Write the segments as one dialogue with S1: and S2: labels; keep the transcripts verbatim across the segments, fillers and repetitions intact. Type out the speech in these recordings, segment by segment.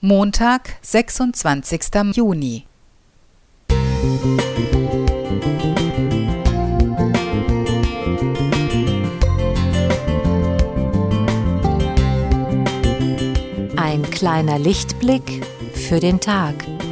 S1: Montag, sechsundzwanzigster Juni.
S2: Ein kleiner Lichtblick für den Tag.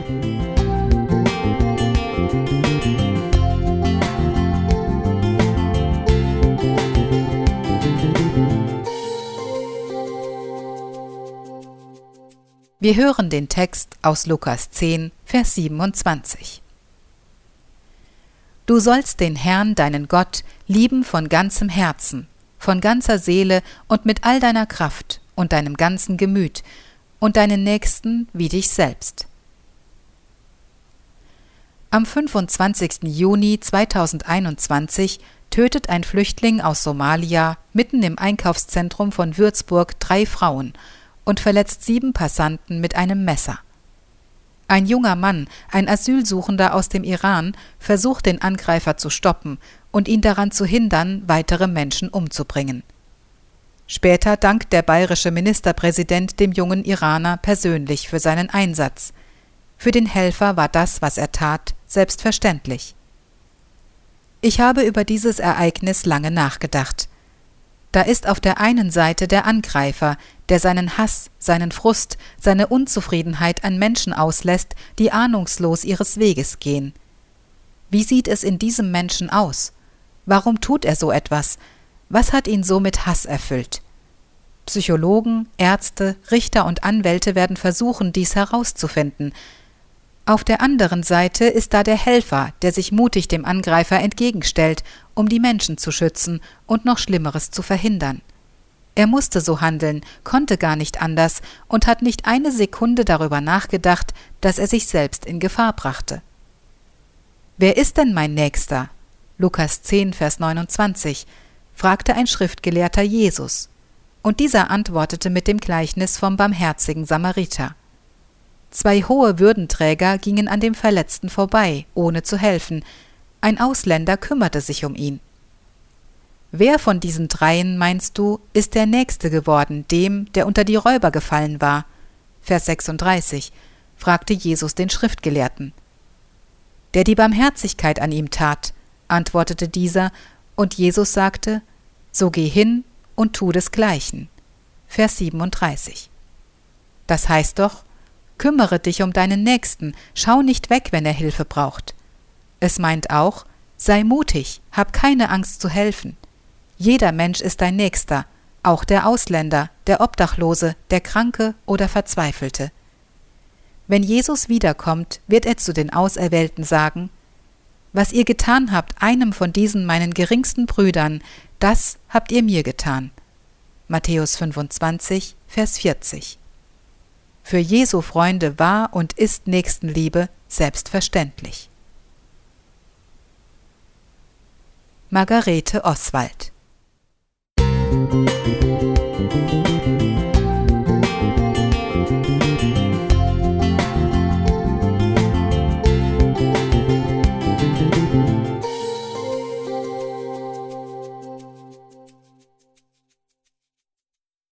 S1: Wir hören den Text aus Lukas zehn, Vers siebenundzwanzig. Du sollst den Herrn, deinen Gott, lieben von ganzem Herzen, von ganzer Seele und mit all deiner Kraft und deinem ganzen Gemüt und deinen Nächsten wie dich selbst. Am fünfundzwanzigsten Juni zweitausendeinundzwanzig tötet ein Flüchtling aus Somalia mitten im Einkaufszentrum von Würzburg drei Frauen und verletzt sieben Passanten mit einem Messer. Ein junger Mann, ein Asylsuchender aus dem Iran, versucht den Angreifer zu stoppen und ihn daran zu hindern, weitere Menschen umzubringen. Später dankt der bayerische Ministerpräsident dem jungen Iraner persönlich für seinen Einsatz. Für den Helfer war das, was er tat, selbstverständlich. Ich habe über dieses Ereignis lange nachgedacht. Da ist auf der einen Seite der Angreifer, der seinen Hass, seinen Frust, seine Unzufriedenheit an Menschen auslässt, die ahnungslos ihres Weges gehen. Wie sieht es in diesem Menschen aus? Warum tut er so etwas? Was hat ihn so mit Hass erfüllt? Psychologen, Ärzte, Richter und Anwälte werden versuchen, dies herauszufinden. Auf der anderen Seite ist da der Helfer, der sich mutig dem Angreifer entgegenstellt, um die Menschen zu schützen und noch Schlimmeres zu verhindern. Er musste so handeln, konnte gar nicht anders und hat nicht eine Sekunde darüber nachgedacht, dass er sich selbst in Gefahr brachte. »Wer ist denn mein Nächster?« Lukas zehn, Vers neunundzwanzig, fragte ein Schriftgelehrter Jesus, und dieser antwortete mit dem Gleichnis vom barmherzigen Samariter. Zwei hohe Würdenträger gingen an dem Verletzten vorbei, ohne zu helfen. Ein Ausländer kümmerte sich um ihn. Wer von diesen dreien, meinst du, ist der Nächste geworden, dem, der unter die Räuber gefallen war? Vers sechsunddreißig, fragte Jesus den Schriftgelehrten. Der die Barmherzigkeit an ihm tat, antwortete dieser, und Jesus sagte, so geh hin und tu desgleichen. Vers siebenunddreißig. Das heißt doch, kümmere dich um deinen Nächsten, schau nicht weg, wenn er Hilfe braucht. Es meint auch, sei mutig, hab keine Angst zu helfen. Jeder Mensch ist dein Nächster, auch der Ausländer, der Obdachlose, der Kranke oder Verzweifelte. Wenn Jesus wiederkommt, wird er zu den Auserwählten sagen, was ihr getan habt einem von diesen meinen geringsten Brüdern, das habt ihr mir getan. Matthäus fünfundzwanzig, Vers vierzig. Für Jesu Freunde war und ist Nächstenliebe selbstverständlich. Margarete Oswald.